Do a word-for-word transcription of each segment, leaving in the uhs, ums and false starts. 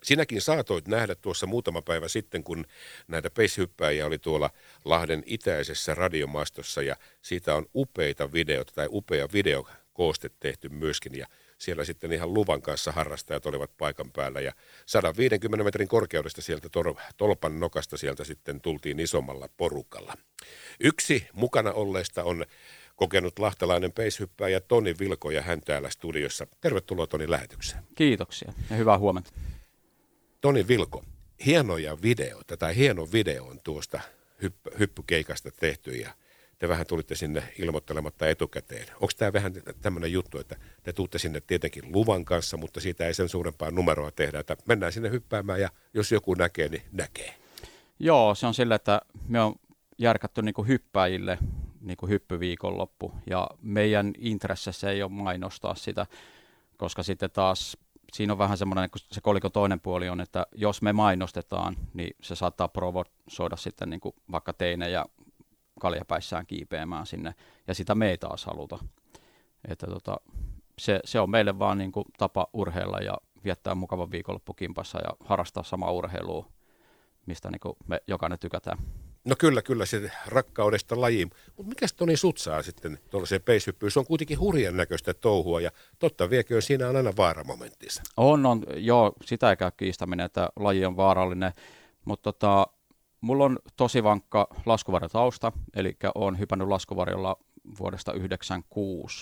Sinäkin saatoit nähdä tuossa muutama päivä sitten, kun näitä pace-hyppääjiä oli tuolla Lahden itäisessä radiomastossa ja siitä on upeita videoita tai upea videokooste tehty myöskin ja siellä sitten ihan luvan kanssa harrastajat olivat paikan päällä ja sata viisikymmentä metrin korkeudesta sieltä tor- tolpan nokasta sieltä sitten tultiin isommalla porukalla. Yksi mukana olleista on kokenut lahtelainen pace-hyppääjä Toni Vilko ja hän täällä studiossa. Tervetuloa Toni lähetykseen. Kiitoksia ja hyvää huomenta. Toni Vilko, hienoja videoita tai hieno video on tuosta hypp- hyppykeikasta tehty ja te vähän tulitte sinne ilmoittelematta etukäteen. Onko tämä vähän tämmöinen juttu, että te tuutte sinne tietenkin luvan kanssa, mutta siitä ei sen suurempaa numeroa tehdä, että mennään sinne hyppäämään ja jos joku näkee, niin näkee? Joo, se on sillä, että me on järkätty niin kuin hyppääjille niin kuin hyppyviikonloppu ja meidän intressissä ei ole mainostaa sitä, koska sitten taas siinä on vähän semmoinen, kun se kolikon toinen puoli on, että jos me mainostetaan, niin se saattaa provosoida sitten niin kuin vaikka teinejä kaljapäissään kiipeämään sinne, ja sitä me ei taas haluta. Että tota, se, se on meille vaan niin kuin tapa urheilla ja viettää mukavan viikonloppu kimpassa ja harrastaa samaa urheilua, mistä niin kuin me jokainen tykätään. No kyllä, kyllä, se rakkaudesta lajiin. Mutta mikäs Toni sutsaa sitten tuollaiseen pace-hyppyyn? Se on kuitenkin hurjan näköistä touhua ja totta vieköön siinä on aina vaaramomentissa. On, on, joo, sitä ei käy kiistäminen, että laji on vaarallinen, mutta tota, mulla on tosi vankka laskuvarjotausta, eli olen hypännyt laskuvarjolla vuodesta yhdeksänkymmentäkuusi.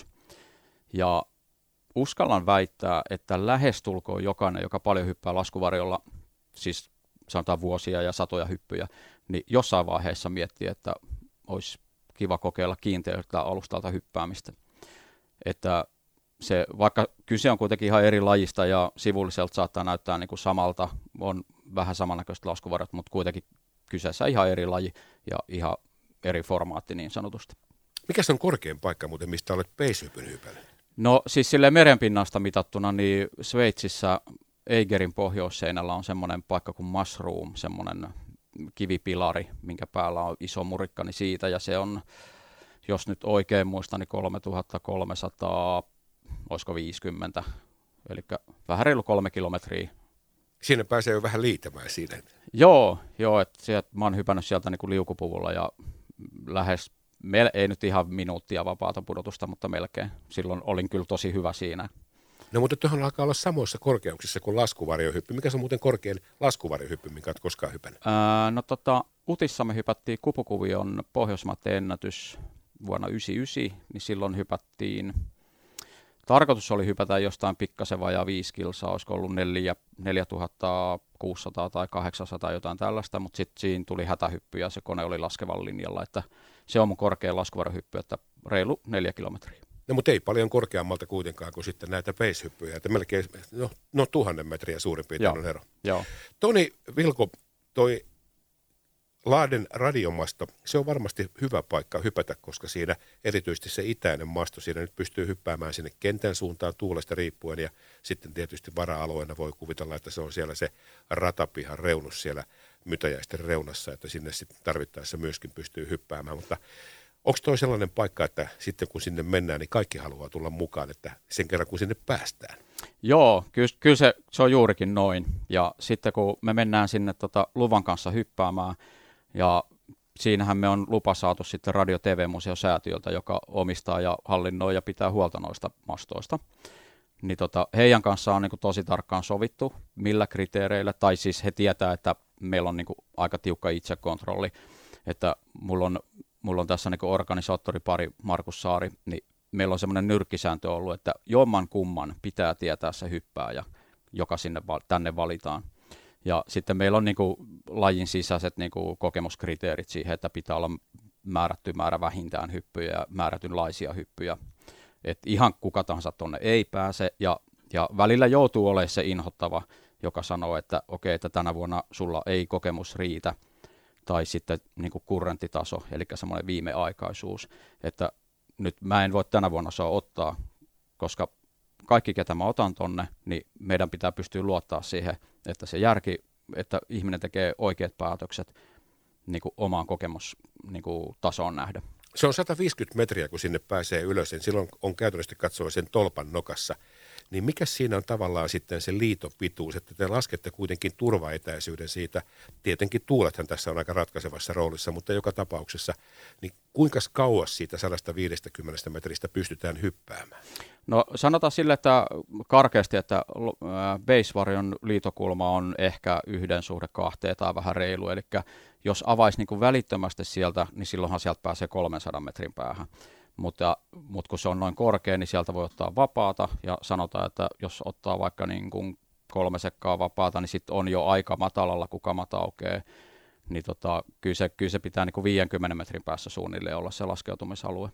Ja uskallan väittää, että lähestulkoon jokainen, joka paljon hyppää laskuvarjolla, siis sanotaan vuosia ja satoja hyppyjä, niin jossain vaiheessa miettii, että olisi kiva kokeilla kiinteältä alustalta hyppäämistä. Että se, vaikka kyse on kuitenkin ihan eri lajista ja sivulliselta saattaa näyttää niin kuin samalta, on vähän samannäköiset laskuvarjot, mutta kuitenkin kyseessä ihan eri laji ja ihan eri formaatti niin sanotusti. Mikä se on korkein paikka muuten, mistä olet pace-hypyn hypännyt? No siis silleen merenpinnasta mitattuna, niin Sveitsissä Eigerin pohjoisseinällä on semmoinen paikka kuin Mushroom, semmoinen kivipilari, minkä päällä on iso murikka, niin siitä, ja se on, jos nyt oikein muistan, niin kolmetuhattakolmesataa, olisiko viisikymmentä, eli vähän reilu kolme kilometriä. Siinä pääsee jo vähän liitämään siinä. Joo, joo, että sieltä, mä oon hypännyt sieltä niin kuin liukupuvulla ja lähes, ei nyt ihan minuuttia vapaata pudotusta, mutta melkein. Silloin olin kyllä tosi hyvä siinä. No mutta tuohon alkaa olla samoissa korkeuksissa kuin laskuvarjohyppy. Mikä se on muuten korkein laskuvarjohyppy, minkä olet koskaan hypännyt? Ää, no tota, Utissa me hypättiin Kupukuvion Pohjoismaiden ennätys vuonna yhdeksänkymmentäyhdeksän, niin silloin hypättiin, tarkoitus oli hypätä jostain pikkasen vajaa viisi kilsaa, olisiko ollut neljätuhattakuusisataa tai kahdeksansataa jotain tällaista, mutta sitten siinä tuli hätähyppy ja se kone oli laskevan linjalla, että se on mun korkein laskuvarjohyppy, että reilu neljä kilometriä. No mutta ei paljon korkeammalta kuitenkaan kuin sitten näitä pace-hyppyjä, että melkein no, no tuhannen metriä suurin piirtein on ero. Joo. Toni Vilko, toi Lahden radiomasto, se on varmasti hyvä paikka hypätä, koska siinä erityisesti se itäinen masto, siinä nyt pystyy hyppäämään sinne kentän suuntaan tuulesta riippuen ja sitten tietysti vara-alueena voi kuvitella, että se on siellä se ratapihan reunus siellä Mytäjäisten reunassa, että sinne sitten tarvittaessa myöskin pystyy hyppäämään, mutta onko toi sellainen paikka, että sitten kun sinne mennään, niin kaikki haluaa tulla mukaan, että sen kerran kun sinne päästään? Joo, kyllä, kyllä se, se on juurikin noin. Ja sitten kun me mennään sinne tota luvan kanssa hyppäämään, ja siinähän me on lupa saatu sitten Radio-T V-museosäätiöltä, joka omistaa ja hallinnoi ja pitää huolta noista mastoista. Niin tota, heidän kanssaan on niin kuin tosi tarkkaan sovittu, millä kriteereillä, tai siis he tietää, että meillä on niin kuin aika tiukka itsekontrolli, että mulla on Mulla on tässä niin organisaattoripari Markus Saari, niin meillä on semmoinen nyrkkisääntö ollut, että jomman kumman pitää tietää se hyppääjä, joka sinne, tänne valitaan. Ja sitten meillä on niin kuin lajin sisäiset niin kuin kokemuskriteerit siihen, että pitää olla määrätty määrä vähintään hyppyjä ja määrätynlaisia hyppyjä. Et ihan kuka tahansa tuonne ei pääse ja, ja välillä joutuu olemaan se inhottava, joka sanoo, että okei, että tänä vuonna sulla ei kokemus riitä. Tai sitten niin kuin kurrenttitaso, eli semmoinen viimeaikaisuus, että nyt mä en voi tänä vuonna saa ottaa, koska kaikki, ketä mä otan tonne, niin meidän pitää pystyä luottaa siihen, että se järki, että ihminen tekee oikeat päätökset niin kuin omaan kokemustasoon nähdä. Se on sata viisikymmentä metriä, kun sinne pääsee ylös, niin silloin on käytännössä katsoen sen tolpan nokassa. niin mikä siinä on tavallaan sitten se liitopituus, että te laskette kuitenkin turvaetäisyyden siitä, tietenkin tuulethan tässä on aika ratkaisevassa roolissa, mutta joka tapauksessa, niin kuinka kauas siitä sata viisikymmentä metristä pystytään hyppäämään? No sanotaan sille, että karkeasti, että base-varjon liitokulma on ehkä yhden suhde kahteen tai vähän reilu, eli jos avaisi niin kuin välittömästi sieltä, niin silloinhan sieltä pääsee kolmensadan metrin päähän. Mutta, mutta kun se on noin korkea, niin sieltä voi ottaa vapaata, ja sanotaan, että jos ottaa vaikka niin kuin kolme sekkaa vapaata, niin sitten on jo aika matalalla, kun kamat aukeaa, niin tota, kyllä, se, kyllä se pitää niin kuin viidenkymmenen metrin päässä suunnilleen olla se laskeutumisalue.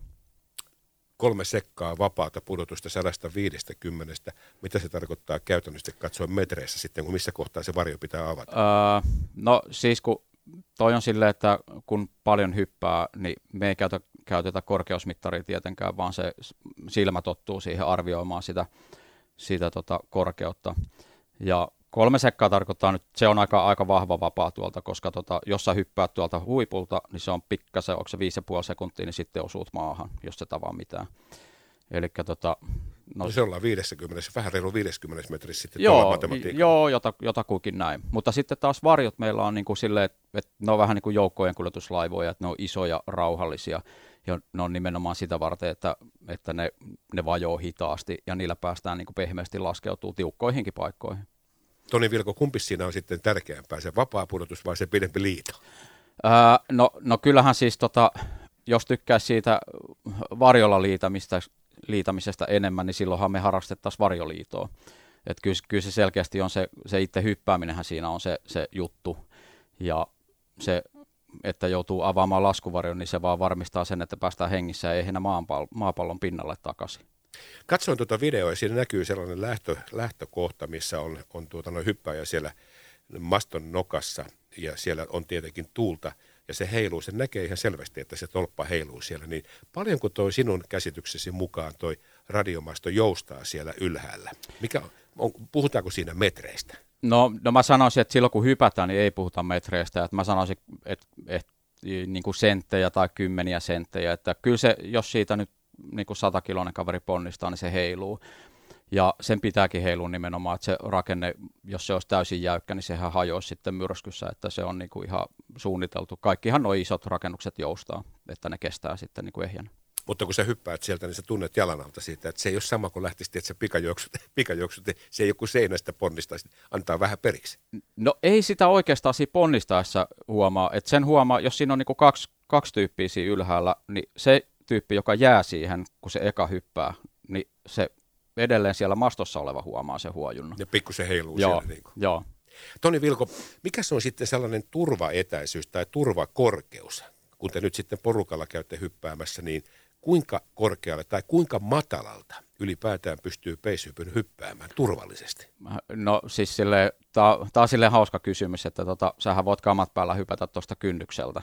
Kolme sekkaa vapaata pudotusta sata viisikymmentä. Mitä se tarkoittaa käytännössä katsoen metreissä sitten, kun missä kohtaa se varjo pitää avata? Öö, no siis kun toi on silleen, että kun paljon hyppää, niin me ei käytä, käytetä korkeusmittaria tietenkään, vaan se silmä tottuu siihen arvioimaan sitä, sitä tota korkeutta. Ja kolme sekkaa tarkoittaa nyt, se on aika, aika vahva vapaa tuolta, koska tota, jos sä hyppäät tuolta huipulta, niin se on pikkasen, onko se viisi ja puoli sekuntia, niin sitten osuut maahan, jos se tavaa mitään. Elikkä tota... No, no se ollaan viisikymmentä, vähän reilu viisikymmentä metrissä sitten joo, matematiikka. Joo, jota, jotakuinkin näin. Mutta sitten taas varjot meillä on niin kuin silleen, että, että ne on vähän niin kuin joukkojen kuljetuslaivoja, että ne on isoja, rauhallisia, ja ne on nimenomaan sitä varten, että, että ne, ne vajoo hitaasti, ja niillä päästään niin kuin pehmeästi laskeutuu tiukkoihinkin paikkoihin. Toni Vilko, kumpi siinä on sitten tärkeämpää, se vapaa pudotus vai se pidempi liito? Öö, no, no kyllähän siis, tota, jos tykkäisi siitä varjolla liitämistä, liitämisestä enemmän, niin silloinhan me harrastettaisiin varjoliitoa. Että kyllä, kyllä se selkeästi on se, se itse hyppääminenhän siinä on se, se juttu. Ja se, että joutuu avaamaan laskuvarjon, niin se vaan varmistaa sen, että päästään hengissä ja ei enää maapallon, maapallon pinnalle takaisin. Katsoin tuota videoa ja siinä näkyy sellainen lähtö, lähtökohta, missä on, on tuota noin hyppääjä siellä maston nokassa ja siellä on tietenkin tuulta ja se heiluu, se näkee ihan selvästi, että se tolppa heiluu siellä. Niin paljonko toi sinun käsityksesi mukaan toi radiomasto joustaa siellä ylhäällä? Mikä on, on, puhutaanko siinä metreistä? No, no mä sanoisin, että silloin kun hypätään, niin ei puhuta metreistä. Että mä sanoisin, että, että niin kuin senttejä tai kymmeniä senttejä. Että kyllä se, jos siitä nyt niin kuin satakiloinen kaveri ponnistaa, niin se heiluu. Ja sen pitääkin heilua nimenomaan, että se rakenne, jos se olisi täysin jäykkä, niin sehän hajoisi sitten myrskyssä, että se on niin kuin ihan suunniteltu. Kaikkihan nuo isot rakennukset joustaa, että ne kestää sitten niin kuin ehjänä. Mutta kun sä hyppäät sieltä, niin sä tunnet jalan alta siitä, että se ei ole sama kuin lähtisi, että sä pikajuoksut, pikajuoksut, se ei joku seinästä ponnistaisi, antaa vähän periksi. No ei sitä oikeastaan siinä ponnistaessa huomaa, että sen huomaa, jos siinä on niin kuin kaksi, kaksi tyyppiä siinä ylhäällä, niin se tyyppi, joka jää siihen, kun se eka hyppää, niin se edelleen siellä mastossa oleva huomaa se huojunnan. Ja pikkusen heiluu joo, siellä. Niin kuin. Joo. Toni Vilko, mikä se on sitten sellainen turvaetäisyys tai turvakorkeus, kun te nyt sitten porukalla käytte hyppäämässä, niin kuinka korkealle tai kuinka matalalta ylipäätään pystyy peishypyn hyppäämään turvallisesti? No siis silleen, tää, tää on silleen hauska kysymys, että tota, sähän voit kamat päällä hypätä tuosta kynnykseltä.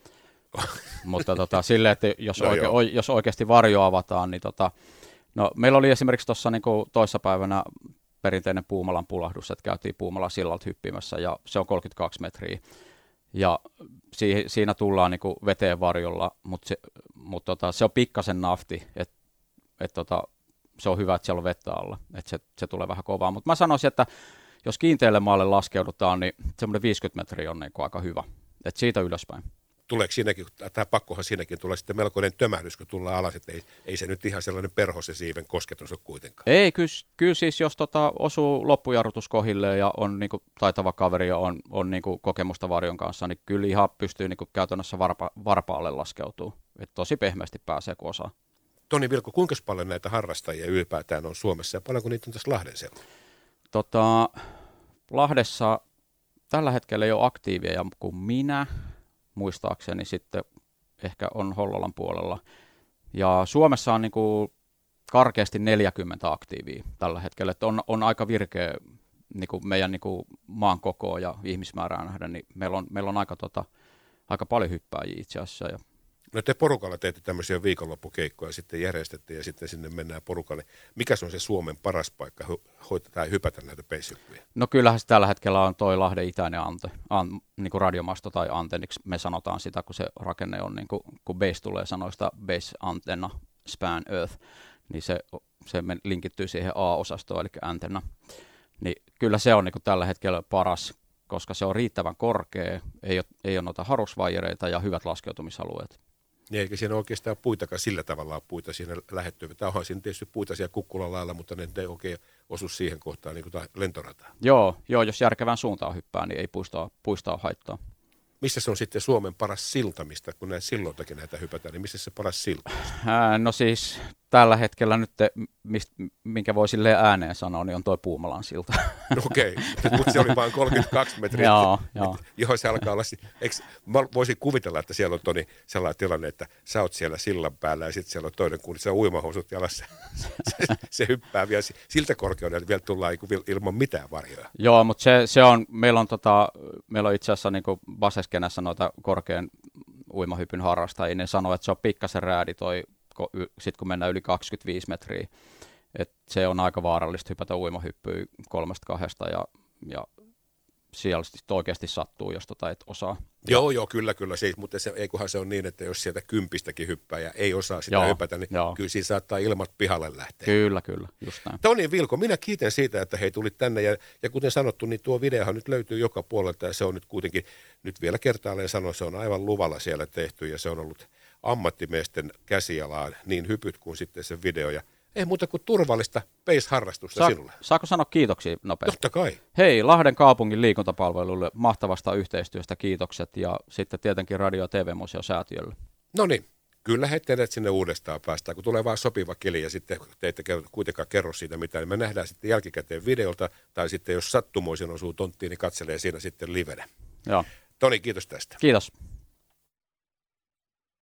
Mutta tota, silleen, että jos, no oike, o, jos oikeasti varjo avataan, niin tota, no, meillä oli esimerkiksi tuossa niin toissapäivänä perinteinen Puumalan pulahdus, että käytiin Puumalan sillalta hyppimässä ja se on kolmekymmentäkaksi metriä. Ja si, siinä tullaan niin kuin veteen varjolla, mutta se, mut tota, se on pikkasen nafti, että et tota, se on hyvä, että siellä on vettä alla, että se, se tulee vähän kovaa. Mutta mä sanoisin, että jos kiinteälle maalle laskeudutaan, niin semmoinen viisikymmentä metriä on niin kuin aika hyvä, että siitä ylöspäin. Tuleeko siinäkin, tämä pakkohan siinäkin tulee sitten melkoinen tömähdys, kun tullaan alas, että ei, ei se nyt ihan sellainen perhosen siiven kosketus ole kuitenkaan. Ei, kyllä, kyllä siis jos tota osuu loppujarrutus kohilleen ja on niinku taitava kaveri ja on, on niinku kokemusta varjon kanssa, niin kyllä ihan pystyy niinku käytännössä varpa, varpaalle laskeutuu. Et tosi pehmeästi pääsee, kun osaa. Toni Vilko, kuinka paljon näitä harrastajia ylipäätään on Suomessa ja paljonko niitä on tässä Lahden seudulla? Tota, Lahdessa tällä hetkellä ei ole aktiiveja kuin minä. Muistaakseni sitten ehkä on Hollolan puolella. Ja Suomessa on niin kuin karkeasti neljäkymmentä aktiivia tällä hetkellä. Että on, on aika virkeä niin kuin meidän niin kuin maan kokoa ja ihmismäärää nähdä, niin meillä on, meillä on aika, tota, aika paljon hyppääjiä itse asiassa. Ja no te porukalla teette tämmöisiä viikonloppukeikkoja, sitten järjestätte ja sitten sinne mennään porukalle. Mikä se on se Suomen paras paikka hoitaa tai hypätä näitä peishyppyjä? No kyllähän se tällä hetkellä on toi Lahden itäinen ante, an, niin kuin radiomasto tai antenniksi me sanotaan sitä, kun se rakenne on, niin kuin, kun base tulee sanoista base antenna, span earth, niin se se linkittyy siihen A-osastoon, eli antenna. Niin kyllä se on niin kuin tällä hetkellä paras, koska se on riittävän korkea, ei ole, ei ole noita harusvaijereita ja hyvät laskeutumisalueet. Niin, eikä siinä oikeastaan puitakaan sillä tavalla puita siinä lähettyy. Tämä onhan siinä tietysti puita siellä Kukkulan lailla, mutta ne ei oikein osu siihen kohtaan niin kuin lentorataa. Joo, joo, jos järkevään suuntaan hyppää, niin ei puista, puista ole haittaa. Missä se on sitten Suomen paras silta, mistä kun näitä sillointakin näitä hypätään, niin missä se paras silta? Ää, no siis tällä hetkellä nyt, te, mist, minkä voi silleen ääneen sanoa, niin on toi Puumalan silta. No okei, okay. Mutta se oli vain kolmekymmentäkaksi metriä. Joo, joo. Johon se alkaa olla, eikö, mä voisin kuvitella, että siellä on Toni sellainen tilanne, että sä oot siellä sillan päällä ja sitten siellä on toinen, kun se on uimahousut jalassa. se, se hyppää vielä siltä korkeudella, vielä tullaan ilman mitään varjoja. Joo, mutta se, se on, meillä on, tota, meillä on itse asiassa niin kuin Baseskenessä noita korkean uimahypyn harrastajia, ne sanoo, että se on pikkasen räädi toi, sitten kun mennään yli kaksikymmentäviisi metriä. Et se on aika vaarallista hypätä uimahyppyä kolmesta kahdesta ja, ja siellä oikeasti sattuu, jos tota et osaa. Joo, joo, kyllä, kyllä. Se, mutta se, eiköhän se on niin, että jos sieltä kympistäkin hyppää ja ei osaa sitä joo, hypätä, niin joo. Kyllä siinä saattaa ilmat pihalle lähteä. Kyllä, kyllä, just näin. Toni Vilko, minä kiitän siitä, että hei tulit tänne ja, ja kuten sanottu, niin tuo videohan nyt löytyy joka puolelta ja se on nyt kuitenkin, nyt vielä kertaalleen sanoa, se on aivan luvalla siellä tehty ja se on ollut ammattimiesten käsialaan niin hypyt kuin sitten se video ja ei muuta kuin turvallista pace-harrastusta Sa- sinulle. Saako sanoa kiitoksia nopeasti? Totta kai. Hei, Lahden kaupungin liikuntapalveluille mahtavasta yhteistyöstä kiitokset ja sitten tietenkin Radio- ja T V-museosäätiölle. No niin, kyllä he teidät sinne uudestaan päästään, kun tulee vaan sopiva keli ja sitten te ette kuitenkaan kerro siitä mitään, niin me nähdään sitten jälkikäteen videolta tai sitten jos sattumoisin osuu tonttiin, niin katselee siinä sitten livenä. Joo. Toni, kiitos tästä. Kiitos.